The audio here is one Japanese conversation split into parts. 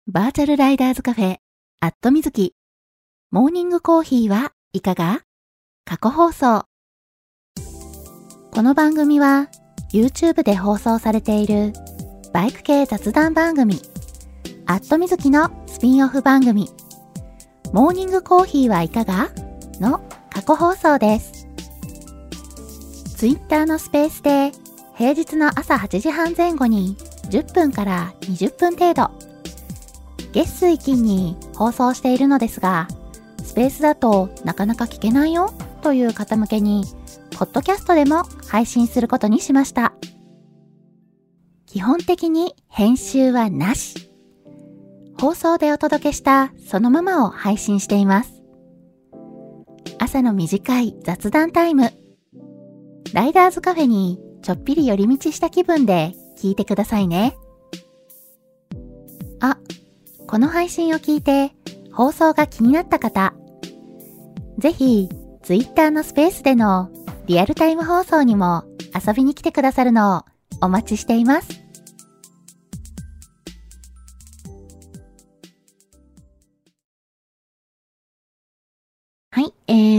バーチャルライダーズカフェ、アットみずき。モーニングコーヒーはいかが？過去放送。この番組は YouTube で放送されているバイク系雑談番組、アットみずきのスピンオフ番組、モーニングコーヒーはいかが？の過去放送です。Twitter のスペースで平日の朝8時半前後に10分から20分程度、月水金に放送しているのですが、スペースだとなかなか聞けないよという方向けに、ポッドキャストでも配信することにしました。基本的に編集はなし。放送でお届けしたそのままを配信しています。朝の短い雑談タイム。ライダーズカフェにちょっぴり寄り道した気分で聞いてくださいね。この配信を聞いて放送が気になった方、ぜひ Twitter のスペースでのリアルタイム放送にも遊びに来てくださるのをお待ちしています。はい、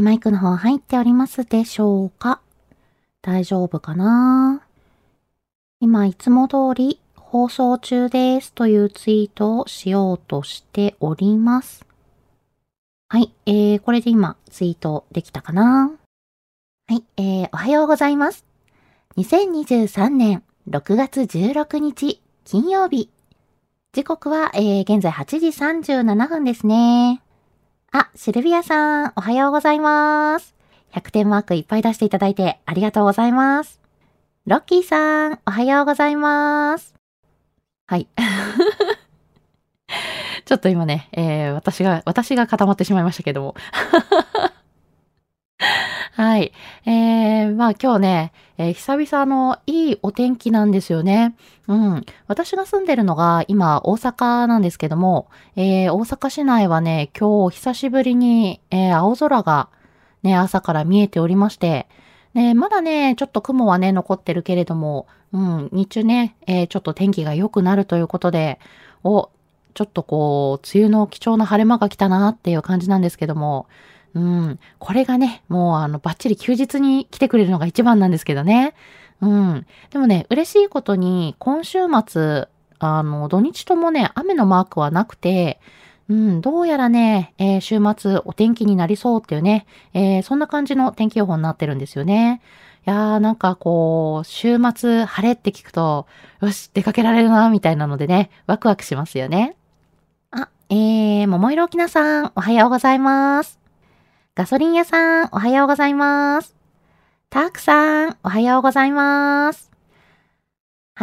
マイクの方入っておりますでしょうか？大丈夫かな？今いつも通り放送中ですというツイートをしようとしております。はい、これで今ツイートできたかな？はい、おはようございます。2023年6月16日金曜日。時刻は、現在8時37分ですね。シルビアさん、おはようございます。100点マークいっぱい出していただいてありがとうございます。ロッキーさん、おはようございます。はい。ちょっと今ね、私が固まってしまいましたけども。はい。今日ね、久々のいいお天気なんですよね。私が住んでるのが今大阪なんですけども、大阪市内はね、今日久しぶりに、青空がね、朝から見えておりまして、ね、まだね、ちょっと雲はね、残ってるけれども、日中ね、ちょっと天気が良くなるということで、ちょっと梅雨の貴重な晴れ間が来たなっていう感じなんですけども、これがね、もうバッチリ休日に来てくれるのが一番なんですけどね。でもね、嬉しいことに、今週末、土日ともね、雨のマークはなくて、どうやらね、週末お天気になりそうっていうね、そんな感じの天気予報になってるんですよね。いやーなんか週末晴れって聞くと、よし、出かけられるな、みたいなのでね、ワクワクしますよね。桃色きなさん、おはようございます。ガソリン屋さん、おはようございます。タークさん、おはようございます。はい、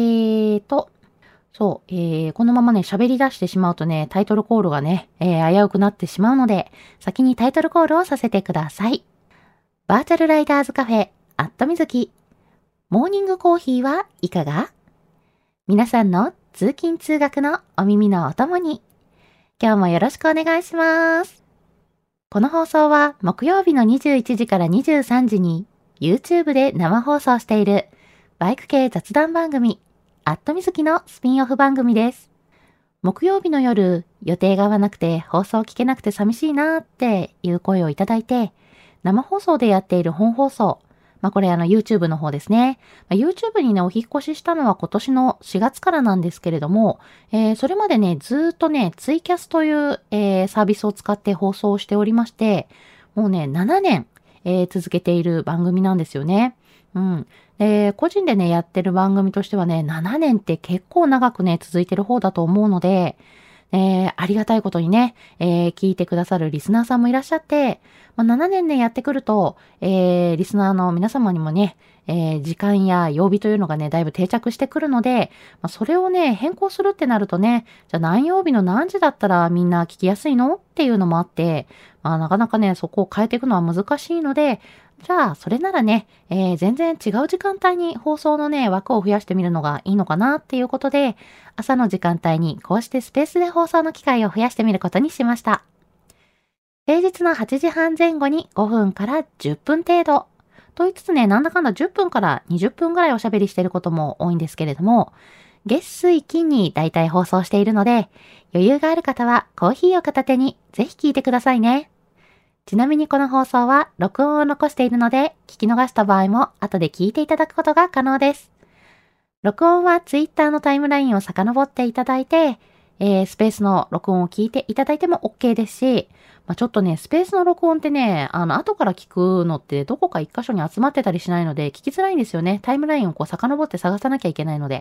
このままね、喋り出してしまうとね、タイトルコールがね、危うくなってしまうので、先にタイトルコールをさせてください。バーチャルライダーズカフェ、アットみずき。モーニングコーヒーはいかが？皆さんの通勤通学のお耳のお供に、今日もよろしくお願いします。この放送は木曜日の21時から23時に YouTube で生放送しているバイク系雑談番組、アットみずきのスピンオフ番組です。木曜日の夜、予定が合わなくて放送聞けなくて寂しいなーっていう声をいただいて、生放送でやっている本放送、これYouTube の方ですね。YouTube にね、お引っ越ししたのは今年の4月からなんですけれども、それまでね、ずーっとね、ツイキャスという、サービスを使って放送しておりまして、もうね、7年、続けている番組なんですよね。個人でね、やってる番組としてはね、7年って結構長くね、続いてる方だと思うので、ありがたいことにね、聞いてくださるリスナーさんもいらっしゃって、7年ね、やってくると、リスナーの皆様にもね、時間や曜日というのがね、だいぶ定着してくるので、それをね、変更するってなるとね、じゃあ何曜日の何時だったらみんな聞きやすいのっていうのもあって、なかなかね、そこを変えていくのは難しいので、じゃあ、それならね、全然違う時間帯に放送のね、枠を増やしてみるのがいいのかなっていうことで、朝の時間帯にこうしてスペースで放送の機会を増やしてみることにしました。平日の8時半前後に5分から10分程度。と言いつつね、なんだかんだ10分から20分ぐらいおしゃべりしていることも多いんですけれども、 月水金にだいたい放送しているので、余裕がある方はコーヒーを片手にぜひ聞いてくださいね。ちなみにこの放送は録音を残しているので、聞き逃した場合も後で聞いていただくことが可能です。録音は Twitter のタイムラインを遡っていただいて、スペースの録音を聞いていただいても OK ですし、ちょっとね、スペースの録音ってね、後から聞くのってどこか一箇所に集まってたりしないので、聞きづらいんですよね。タイムラインを遡って探さなきゃいけないので。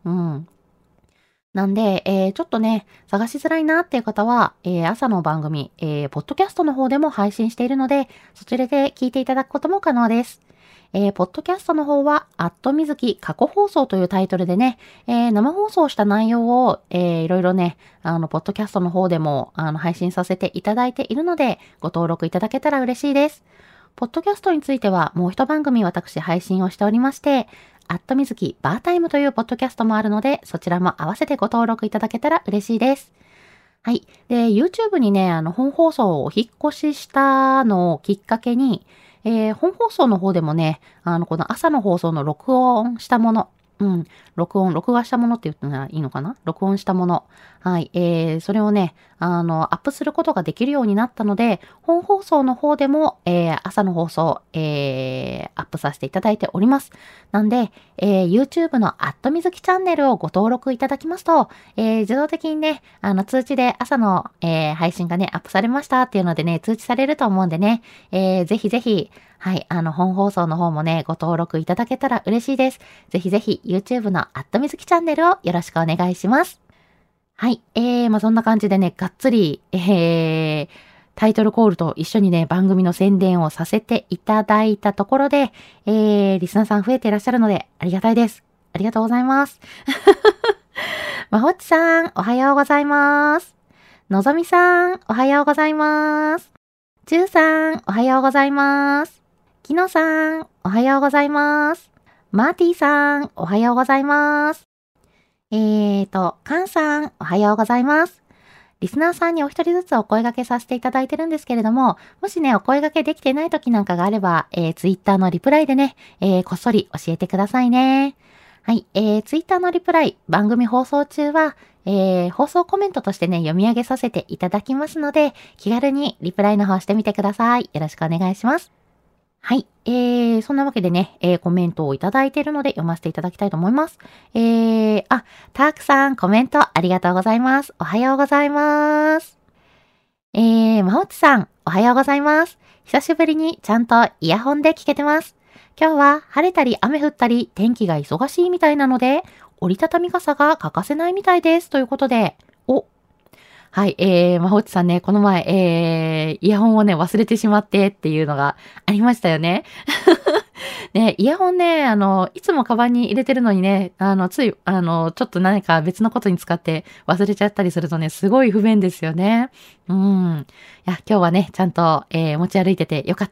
なんで、ちょっとね、探しづらいなっていう方は、朝の番組、ポッドキャストの方でも配信しているので、そちらで聞いていただくことも可能です。ポッドキャストの方は、みずき過去放送というタイトルでね、生放送した内容を、いろいろね、ポッドキャストの方でも、配信させていただいているので、ご登録いただけたら嬉しいです。ポッドキャストについては、もう一番組私配信をしておりまして、みずきバータイムというポッドキャストもあるので、そちらも合わせてご登録いただけたら嬉しいです。はい。で、YouTube にね、本放送をお引っ越ししたのをきっかけに、本放送の方でもね、この朝の放送の録音したもの、録画したものって言ったらいいのかな？録音したもの。はい。それをね、アップすることができるようになったので、本放送の方でも、朝の放送、アップさせていただいております。なんで、YouTube のみずきチャンネルをご登録いただきますと、自動的にね、通知で朝の、配信がね、アップされましたっていうのでね、通知されると思うんでね、ぜひぜひ、はい、本放送の方もね、ご登録いただけたら嬉しいです。ぜひぜひ YouTube のみずきチャンネルをよろしくお願いします。はい、そんな感じでね、がっつり、タイトルコールと一緒にね、番組の宣伝をさせていただいたところで、リスナーさん増えていらっしゃるので、ありがたいです。ありがとうございます。まほっちさん、おはようございます。のぞみさん、おはようございます。ちゅうさん、おはようございます。きのさん、おはようございます。マーティさん、おはようございます。カンさん、おはようございます。リスナーさんにお一人ずつお声掛けさせていただいてるんですけれども、もしね、お声掛けできてない時なんかがあれば、ツイッターのリプライでね、こっそり教えてくださいね。はい、ツイッターのリプライ、番組放送中は、放送コメントとしてね、読み上げさせていただきますので、気軽にリプライの方してみてください。よろしくお願いします。はい。そんなわけでね、コメントをいただいているので読ませていただきたいと思います。たくさんコメントありがとうございます。おはようございます。まほちさん、おはようございます。久しぶりにちゃんとイヤホンで聞けてます。今日は晴れたり雨降ったり天気が忙しいみたいなので、折りたたみ傘が欠かせないみたいです。ということで、はい、まほちさんね、この前、イヤホンをね、忘れてしまってっていうのがありましたよね。ね、イヤホンね、いつもカバンに入れてるのにね、つい、ちょっと何か別のことに使って忘れちゃったりするとね、すごい不便ですよね。いや、今日はね、ちゃんと、持ち歩いててよかった。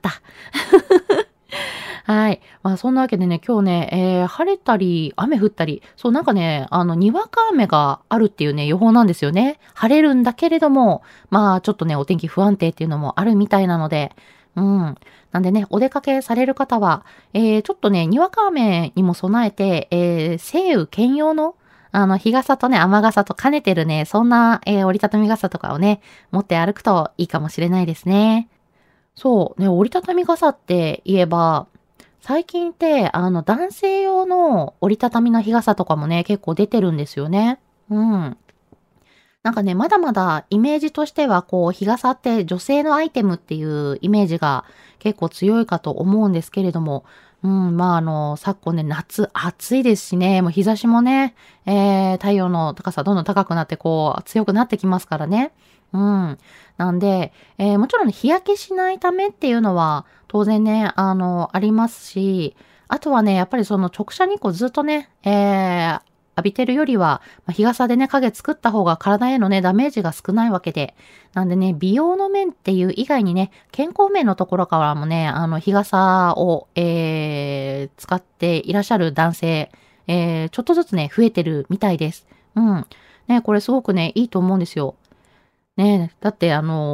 はい。そんなわけでね、今日ね、晴れたり、雨降ったり、そう、なんかね、にわか雨があるっていうね、予報なんですよね。晴れるんだけれども、ちょっとね、お天気不安定っていうのもあるみたいなので、なんでね、お出かけされる方は、ちょっとね、にわか雨にも備えて、晴雨兼用の、日傘とね、雨傘と兼ねてるね、そんな、折りたたみ傘とかをね、持って歩くといいかもしれないですね。そう、ね、折りたたみ傘って言えば、最近って、男性用の折りたたみの日傘とかもね、結構出てるんですよね。なんかね、まだまだイメージとしては、こう、日傘って女性のアイテムっていうイメージが結構強いかと思うんですけれども、昨今ね、夏暑いですしね、もう日差しもね、太陽の高さどんどん高くなって、こう、強くなってきますからね。なんで、もちろん日焼けしないためっていうのは、当然ね、ありますし、あとはね、やっぱりその直射日光ずっとね、浴びてるよりは、日傘でね、影作った方が体へのね、ダメージが少ないわけで。なんでね、美容の面っていう以外にね、健康面のところからもね、日傘を、使っていらっしゃる男性、ちょっとずつね、増えてるみたいです。ね、これすごくね、いいと思うんですよ。ね、だって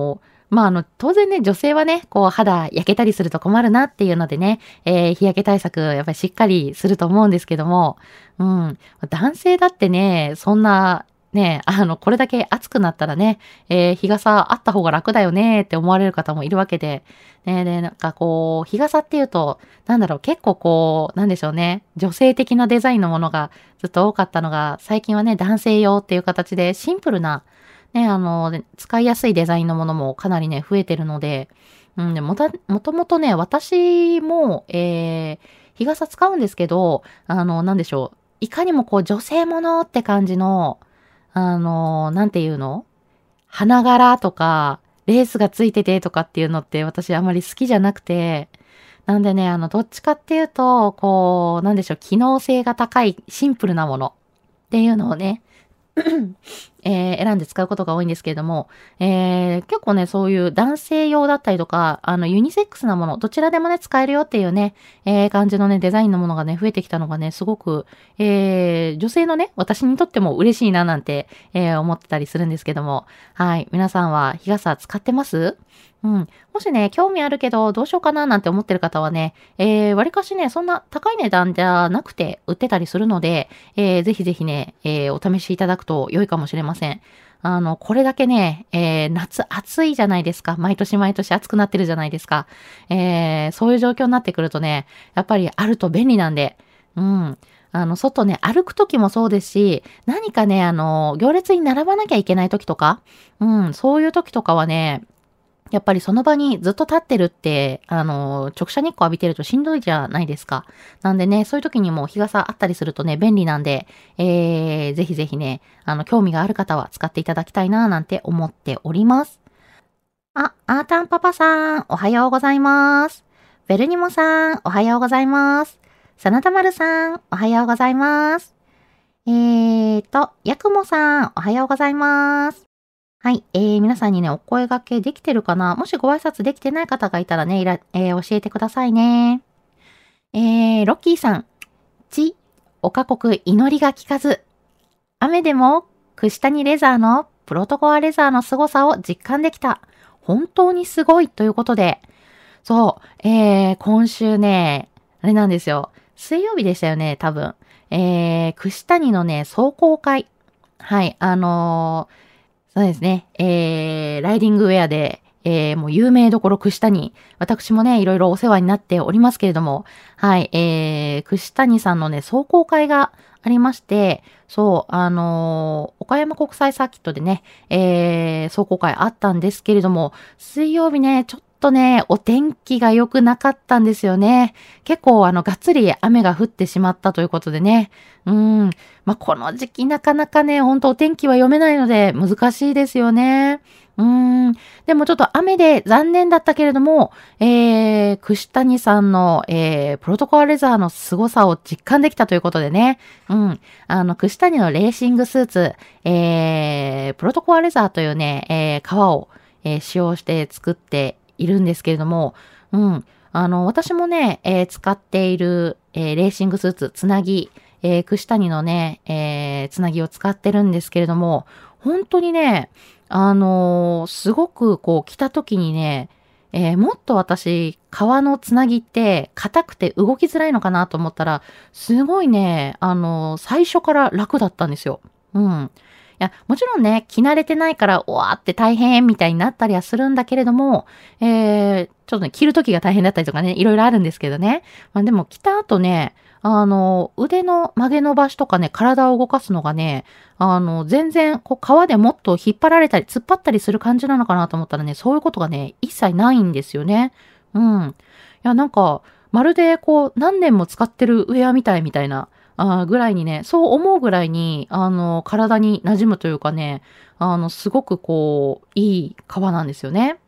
当然ね、女性はね、こう、肌焼けたりすると困るなっていうのでね、日焼け対策、やっぱりしっかりすると思うんですけども、男性だってね、そんな、ね、これだけ暑くなったらね、日傘あった方が楽だよねって思われる方もいるわけで、ね、で、なんかこう、日傘っていうと、結構こう、なんでしょうね、女性的なデザインのものがずっと多かったのが、最近はね、男性用っていう形でシンプルな、ね、使いやすいデザインのものもかなりね、増えてるので、もともとね、私も、日傘使うんですけど、なんでしょう。いかにもこう女性ものって感じの、なんていうの花柄とか、レースがついててとかっていうのって私あまり好きじゃなくて、なんでね、どっちかっていうと、こう、なんでしょう、機能性が高いシンプルなものっていうのをね、選んで使うことが多いんですけれども、結構ね、そういう男性用だったりとか、ユニセックスなもの、どちらでもね、使えるよっていうね、感じのね、デザインのものがね、増えてきたのがね、すごく、女性のね、私にとっても嬉しいななんて、思ってたりするんですけども、はい。皆さんは日傘使ってます？もしね、興味あるけど、どうしようかななんて思ってる方はね、割かしね、そんな高い値段じゃなくて売ってたりするので、ぜひぜひね、お試しいただくと良いかもしれません。これだけね、夏暑いじゃないですか。毎年毎年暑くなってるじゃないですか。そういう状況になってくるとね、やっぱりあると便利なんで、外ね、歩くときもそうですし、何かね、行列に並ばなきゃいけないときとか、そういうときとかはね、やっぱりその場にずっと立ってるって、直射日光浴びてるとしんどいじゃないですか。なんでね、そういう時にも日傘あったりするとね、便利なんで、ぜひぜひね、興味がある方は使っていただきたいな、なんて思っております。あ、アータンパパさん、おはようございます。ベルニモさん、おはようございます。サナタマルさん、おはようございます。ヤクモさん、おはようございます。はい。皆さんにね、お声掛けできてるかな？もしご挨拶できてない方がいたらね、教えてくださいね。ロッキーさん。お過酷祈りが効かず。雨でも、串谷レザーのプロトコアレザーの凄さを実感できた。本当にすごいということで。そう。今週ね、あれなんですよ。水曜日でしたよね、多分。串谷のね、壮行会。はい。そうですね。ライディングウェアで、もう有名どころ串谷。私もね、いろいろお世話になっておりますけれども、はい、串谷さんのね、壮行会がありまして、そう、岡山国際サーキットでね、壮行会あったんですけれども、水曜日ね、ちょっとね、お天気が良くなかったんですよね。結構がっつり雨が降ってしまったということでね。この時期なかなかね、ほんとお天気は読めないので難しいですよね。でもちょっと雨で残念だったけれども、串谷さんの、プロトコアレザーの凄さを実感できたということでね。串谷のレーシングスーツ、プロトコアレザーというね、革を、使用して作っているんですけれども、私もね、使っている、レーシングスーツ、つなぎ、串谷のね、つなぎを使ってるんですけれども、本当にね、すごくこう着た時にね、もっと私、革のつなぎって硬くて動きづらいのかなと思ったら、すごいね、最初から楽だったんですよ。いや、もちろんね、着慣れてないから、おわーって大変みたいになったりはするんだけれども、ちょっとね、着る時が大変だったりとかね、いろいろあるんですけどね。でも着た後ね、腕の曲げ伸ばしとかね、体を動かすのがね、全然、こう、皮でもっと引っ張られたり、突っ張ったりする感じなのかなと思ったらね、そういうことがね、一切ないんですよね。いや、なんか、まるで、こう、何年も使ってるウェアみたいみたいな、ぐらいにね、そう思うぐらいに、体に馴染むというかね、すごくこう、いい革なんですよね。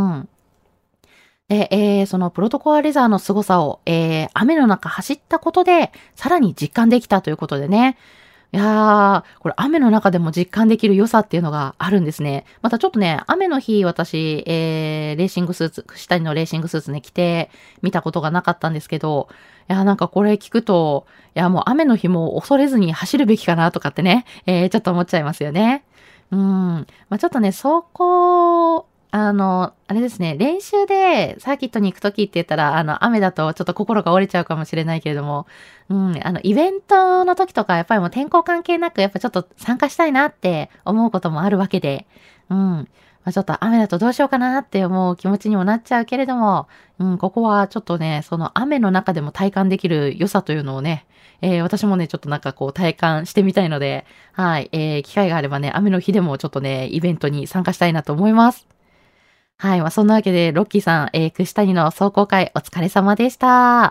で、そのプロトコアレザーの凄さを、雨の中走ったことで、さらに実感できたということでね。いやー、これ雨の中でも実感できる良さっていうのがあるんですね。またちょっとね、雨の日私、レーシングスーツ、下にのレーシングスーツね、着て見たことがなかったんですけど、いやーなんかこれ聞くと、いやもう雨の日も恐れずに走るべきかなとかってね、ちょっと思っちゃいますよね。ちょっとね、 あれですね、練習でサーキットに行くときって言ったら、雨だとちょっと心が折れちゃうかもしれないけれども、イベントの時とか、やっぱりもう天候関係なく、やっぱちょっと参加したいなって思うこともあるわけで、ちょっと雨だとどうしようかなって思う気持ちにもなっちゃうけれども、ここはちょっとね、その雨の中でも体感できる良さというのをね、私もね、ちょっとなんかこう体感してみたいので、はい、機会があればね、雨の日でもちょっとね、イベントに参加したいなと思います。はい。そんなわけで、ロッキーさん、串谷の壮行会お疲れ様でした。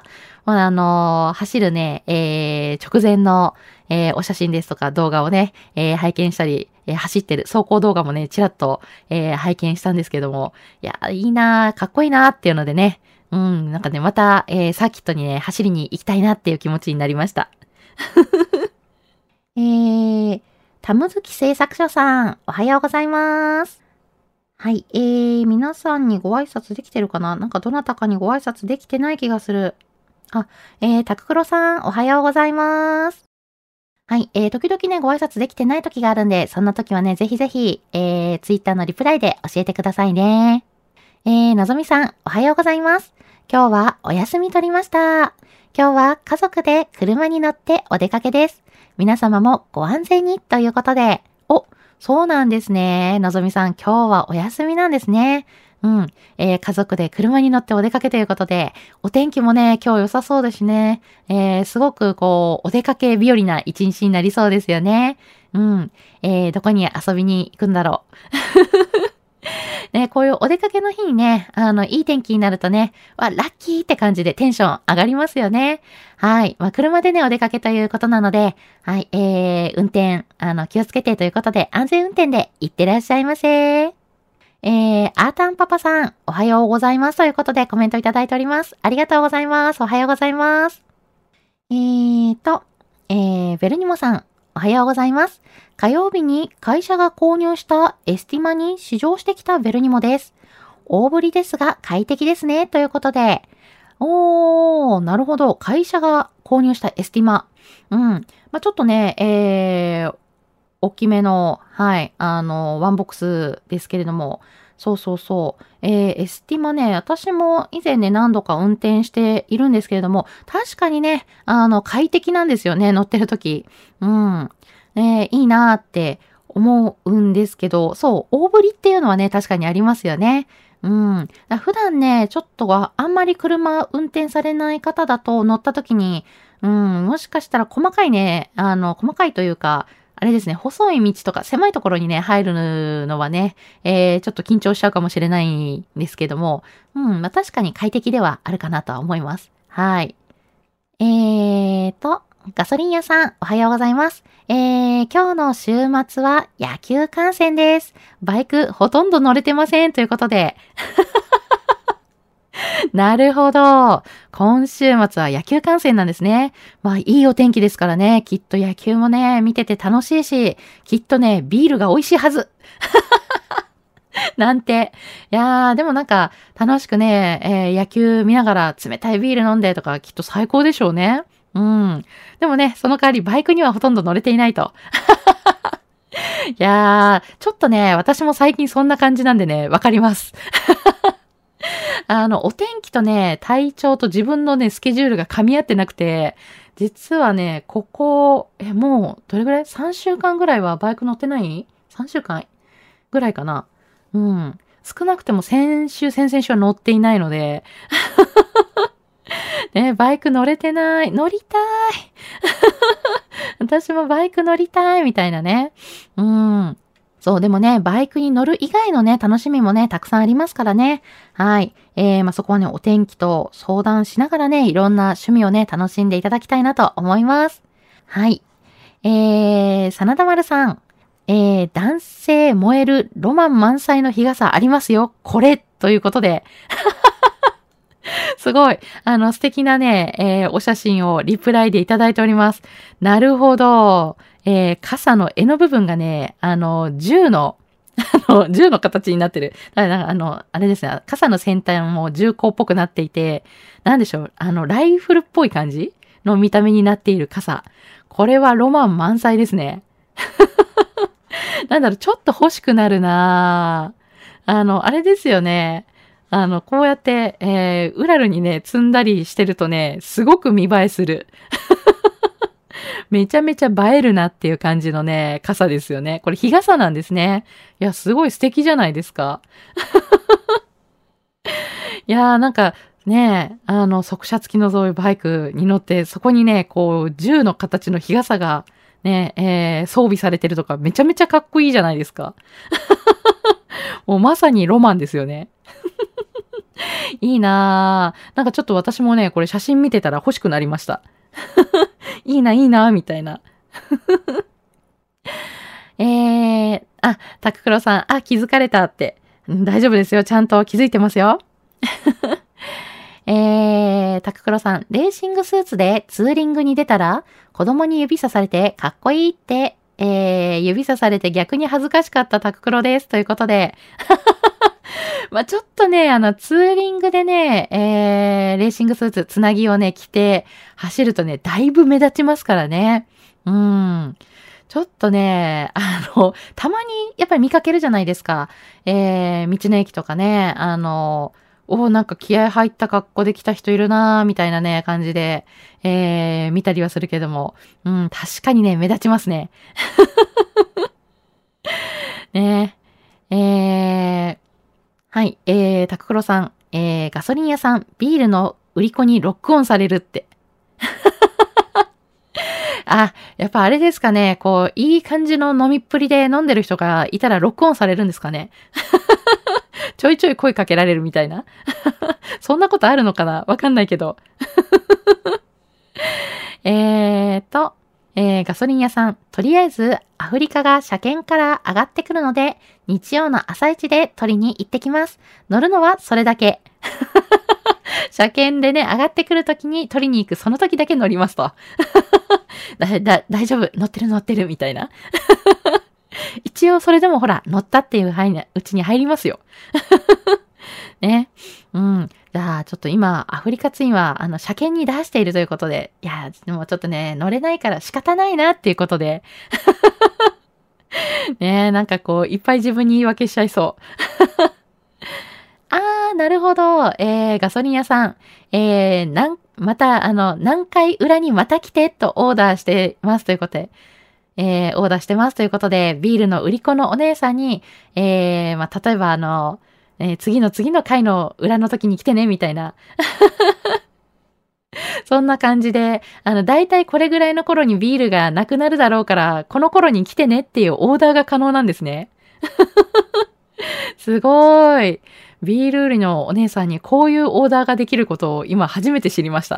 走るね、直前の、お写真ですとか動画をね、拝見したり、走ってる走行動画もね、ちらっと、拝見したんですけども、いや、いいなぁ、かっこいいなぁっていうのでね、なんかね、また、サーキットにね、走りに行きたいなっていう気持ちになりました。タムズキ製作所さん、おはようございます。はい。皆さんにご挨拶できてるかな？なんかどなたかにご挨拶できてない気がする。あ、タククロさん、おはようございます。はい。時々ね、ご挨拶できてない時があるんで、そんな時はね、ぜひぜひ、ツイッターのリプライで教えてくださいね。のぞみさん、おはようございます。今日はお休み取りました。今日は家族で車に乗ってお出かけです。皆様もご安全にということで、そうなんですね。のぞみさん、今日はお休みなんですね。家族で車に乗ってお出かけということで、お天気もね、今日良さそうですしね。すごくこう、お出かけ日和な一日になりそうですよね。どこに遊びに行くんだろう。ね、こういうお出かけの日にね、いい天気になるとね、ラッキーって感じでテンション上がりますよね。はい。車でね、お出かけということなので、はい。運転、気をつけてということで、安全運転で行ってらっしゃいませ。アータンパパさん、おはようございますということでコメントいただいております。ありがとうございます。おはようございます。ベルニモさん、おはようございます。火曜日に会社が購入したエスティマに試乗してきたベルニモです。大ぶりですが快適ですね。ということで。なるほど。会社が購入したエスティマ。ちょっとね、大きめの、はい、ワンボックスですけれども、そうそうそう。エスティマね、私も以前ね、何度か運転しているんですけれども、確かにね、快適なんですよね、乗ってる時。いいなーって思うんですけど、そう、大振りっていうのはね、確かにありますよね。普段ね、ちょっとはあんまり車運転されない方だと乗った時に、もしかしたら細かいね、細かいというか、あれですね、細い道とか狭いところにね、入るのはね、ちょっと緊張しちゃうかもしれないんですけども、確かに快適ではあるかなとは思います。はい。ガソリン屋さん、おはようございます。今日の週末は野球観戦です。バイクほとんど乗れてませんということで。なるほど。今週末は野球観戦なんですね。いいお天気ですからね。きっと野球もね、見てて楽しいし、きっとね、ビールが美味しいはず。なんて。いやー、でもなんか、楽しくね、野球見ながら冷たいビール飲んでとか、きっと最高でしょうね。でもね、その代わりバイクにはほとんど乗れていないと。いやー、ちょっとね、私も最近そんな感じなんでね、わかります。お天気とね、体調と自分のね、スケジュールが噛み合ってなくて、実はね、ここ、もう、どれぐらい？ 3 週間ぐらいはバイク乗ってない？ 3 週間ぐらいかな。少なくても先週、先々週は乗っていないので、ね、バイク乗れてない。乗りたい。私もバイク乗りたいみたいなね。そう、でもね、バイクに乗る以外のね、楽しみもね、たくさんありますからね。はい。そこはね、お天気と相談しながらね、いろんな趣味をね、楽しんでいただきたいなと思います。はい。真田丸さん。男性燃えるロマン満載の日傘ありますよ。これということで。すごい。素敵なね、お写真をリプライでいただいております。なるほど。傘の柄の部分がね、銃の、銃の形になってる。だからあれですね、傘の先端も銃口っぽくなっていて、なんでしょう、ライフルっぽい感じの見た目になっている傘。これはロマン満載ですね。なんだろう、ちょっと欲しくなるなぁ。 あれですよね。こうやって、ウラルにね、積んだりしてるとね、すごく見栄えする。めちゃめちゃ映えるなっていう感じのね、傘ですよね。これ日傘なんですね。いや、すごい素敵じゃないですか。いやー、なんか、ね速射付きのそういうバイクに乗って、そこにね、こう、銃の形の日傘が、ね、装備されてるとか、めちゃめちゃかっこいいじゃないですか。もうまさにロマンですよね。いいなぁ。なんかちょっと私もね、これ写真見てたら欲しくなりました。いいな、いいな、みたいな。タククロさん、気づかれたって。大丈夫ですよ。ちゃんと気づいてますよ。タククロさん、レーシングスーツでツーリングに出たら、子供に指さされてかっこいいって、指さされて逆に恥ずかしかったタククロです。ということで。まあちょっとね、ツーリングでね、レーシングスーツ、つなぎをね、着て、走るとね、だいぶ目立ちますからね。ちょっとね、たまにやっぱり見かけるじゃないですか。道の駅とかね、なんか気合入った格好で来た人いるなーみたいなね、感じで、見たりはするけども、確かにね、目立ちますね。ねはい、タククロさん、ガソリン屋さん、ビールの売り子にロックオンされるって。やっぱあれですかね、こう、いい感じの飲みっぷりで飲んでる人がいたらロックオンされるんですかね。ちょいちょい声かけられるみたいな。そんなことあるのかなわかんないけど。ガソリン屋さん、とりあえずアフリカが車検から上がってくるので、日曜の朝一で取りに行ってきます。乗るのはそれだけ。車検でね、上がってくるときに取りに行く、その時だけ乗りますと。大丈夫、乗ってる、みたいな。一応それでもほら、乗ったっていううちに入りますよ。ね。じゃあ、ちょっと今、アフリカツインは、車検に出しているということで、いや、でもちょっとね、乗れないから仕方ないなっていうことで。ね、なんかこう、いっぱい自分に言い訳しちゃいそう。なるほど。ガソリン屋さん。何回裏にまた来てとオーダーしてますということで。オーダーしてますということで、ビールの売り子のお姉さんに、例えば次の回の裏の時に来てね、みたいな。そんな感じで、だいたいこれぐらいの頃にビールがなくなるだろうから、この頃に来てねっていうオーダーが可能なんですね。すごーい。ビール売りのお姉さんにこういうオーダーができることを今初めて知りました。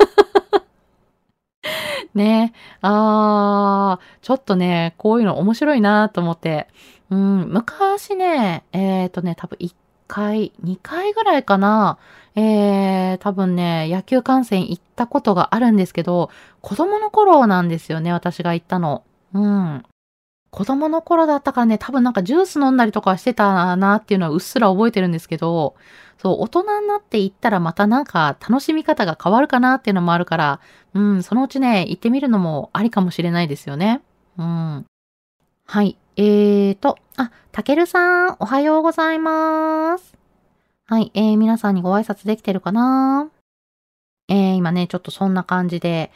ね。ちょっとね、こういうの面白いなと思って。昔ね、多分1回、2回ぐらいかな。多分ね、野球観戦行ったことがあるんですけど、子供の頃なんですよね、私が行ったの。子供の頃だったからね、多分なんかジュース飲んだりとかしてたなっていうのはうっすら覚えてるんですけど、そう、大人になって行ったらまたなんか楽しみ方が変わるかなっていうのもあるから、そのうちね、行ってみるのもありかもしれないですよね。はい。たけるさん、おはようございます。はい。皆さんにご挨拶できてるかな？今ね、ちょっとそんな感じで、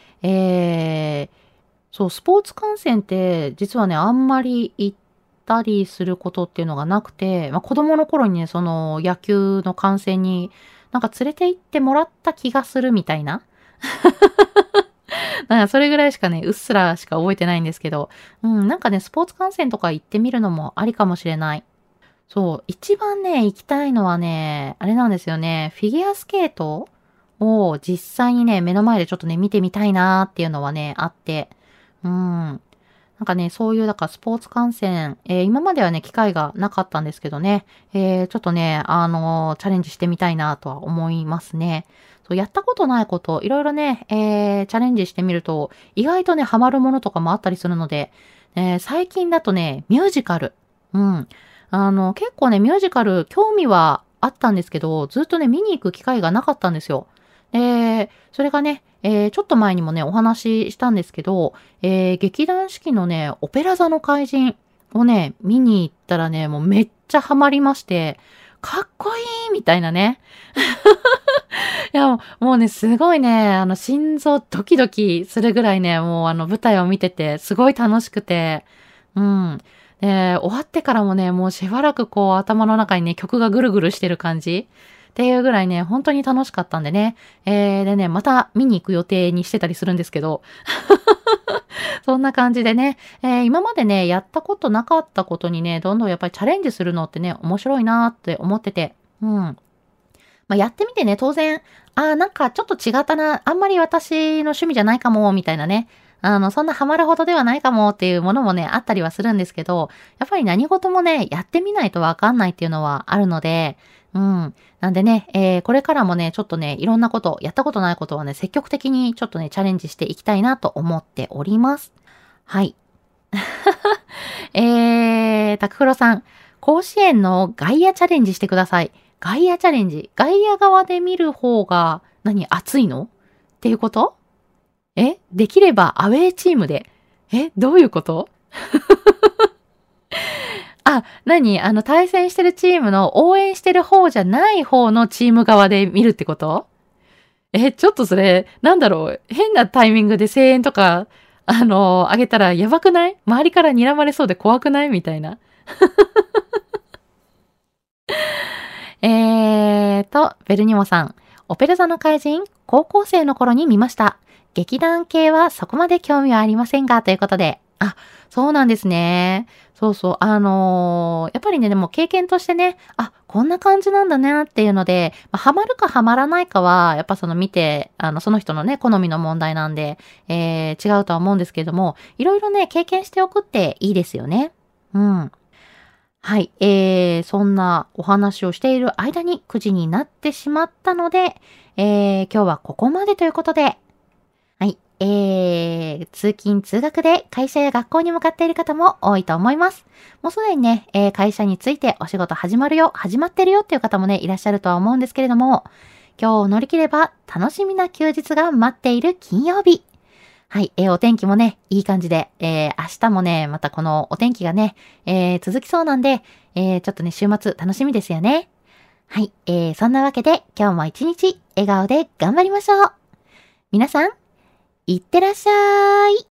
そう、スポーツ観戦って実はね、あんまり行ったりすることっていうのがなくて、子供の頃にね、その野球の観戦になんか連れて行ってもらった気がするみたいな。なんかそれぐらいしかね、うっすらしか覚えてないんですけど、なんかね、スポーツ観戦とか行ってみるのもありかもしれない。そう、一番ね、行きたいのはね、あれなんですよね、フィギュアスケートを実際にね、目の前でちょっとね、見てみたいなーっていうのはね、あって、なんかね、そういう、だからスポーツ観戦、今まではね、機会がなかったんですけどね、ちょっとね、チャレンジしてみたいなとは思いますね。そう、やったことないこと、いろいろね、チャレンジしてみると、意外とね、ハマるものとかもあったりするので、最近だとね、ミュージカル。結構ね、ミュージカル、興味はあったんですけど、ずっとね、見に行く機会がなかったんですよ。それがね、ちょっと前にもね、お話ししたんですけど、劇団四季のね、オペラ座の怪人をね、見に行っったらね、もうめっちゃハマりまして、かっこいいみたいなね。いや、もうね、すごいね、心臓ドキドキするぐらいね、もう舞台を見てて、すごい楽しくて、うん。で、終わってからもね、もうしばらくこう頭の中にね、曲がぐるぐるしてる感じっていうぐらいね、本当に楽しかったんでね。でね、また見に行く予定にしてたりするんですけど、そんな感じでね、今までね、やったことなかったことにね、どんどんやっぱりチャレンジするのってね、面白いなって思ってて、うん。まあ、やってみてね、当然、なんかちょっと違ったな、あんまり私の趣味じゃないかも、みたいなね。そんなハマるほどではないかもっていうものもね、あったりはするんですけど、やっぱり何事もね、やってみないとわかんないっていうのはあるので、うん。なんでね、これからもね、ちょっとね、いろんなこと、やったことないことはね、積極的にちょっとね、チャレンジしていきたいなと思っております。はい。タクフロさん、甲子園の外野チャレンジしてください。外野チャレンジ。外野側で見る方が、熱いのっていうこと？できればアウェーチームで。どういうこと？対戦してるチームの応援してる方じゃない方のチーム側で見るってこと？ちょっとそれ、変なタイミングで声援とか、あげたらやばくない？周りから睨まれそうで怖くない？みたいな。ベルニモさん。オペラ座の怪人、高校生の頃に見ました。劇団系はそこまで興味はありませんが、ということで。そうなんですね。そうそう。やっぱりね、でも経験としてね、こんな感じなんだねっていうので、ハマるかハマらないかは、やっぱその見て、その人のね、好みの問題なんで、違うとは思うんですけれども、いろいろね、経験しておくっていいですよね。うん。はい。そんなお話をしている間に9時になってしまったので、今日はここまでということで、はい。通勤通学で会社や学校に向かっている方も多いと思います。もうすでにね、会社についてお仕事始まってるよっていう方もね、いらっしゃるとは思うんですけれども、今日を乗り切れば楽しみな休日が待っている金曜日。はい。お天気もね、いい感じで、明日もね、またこのお天気がね、続きそうなんで、ちょっとね、週末楽しみですよね。はい。そんなわけで、今日も一日、笑顔で頑張りましょう。皆さん、いってらっしゃい。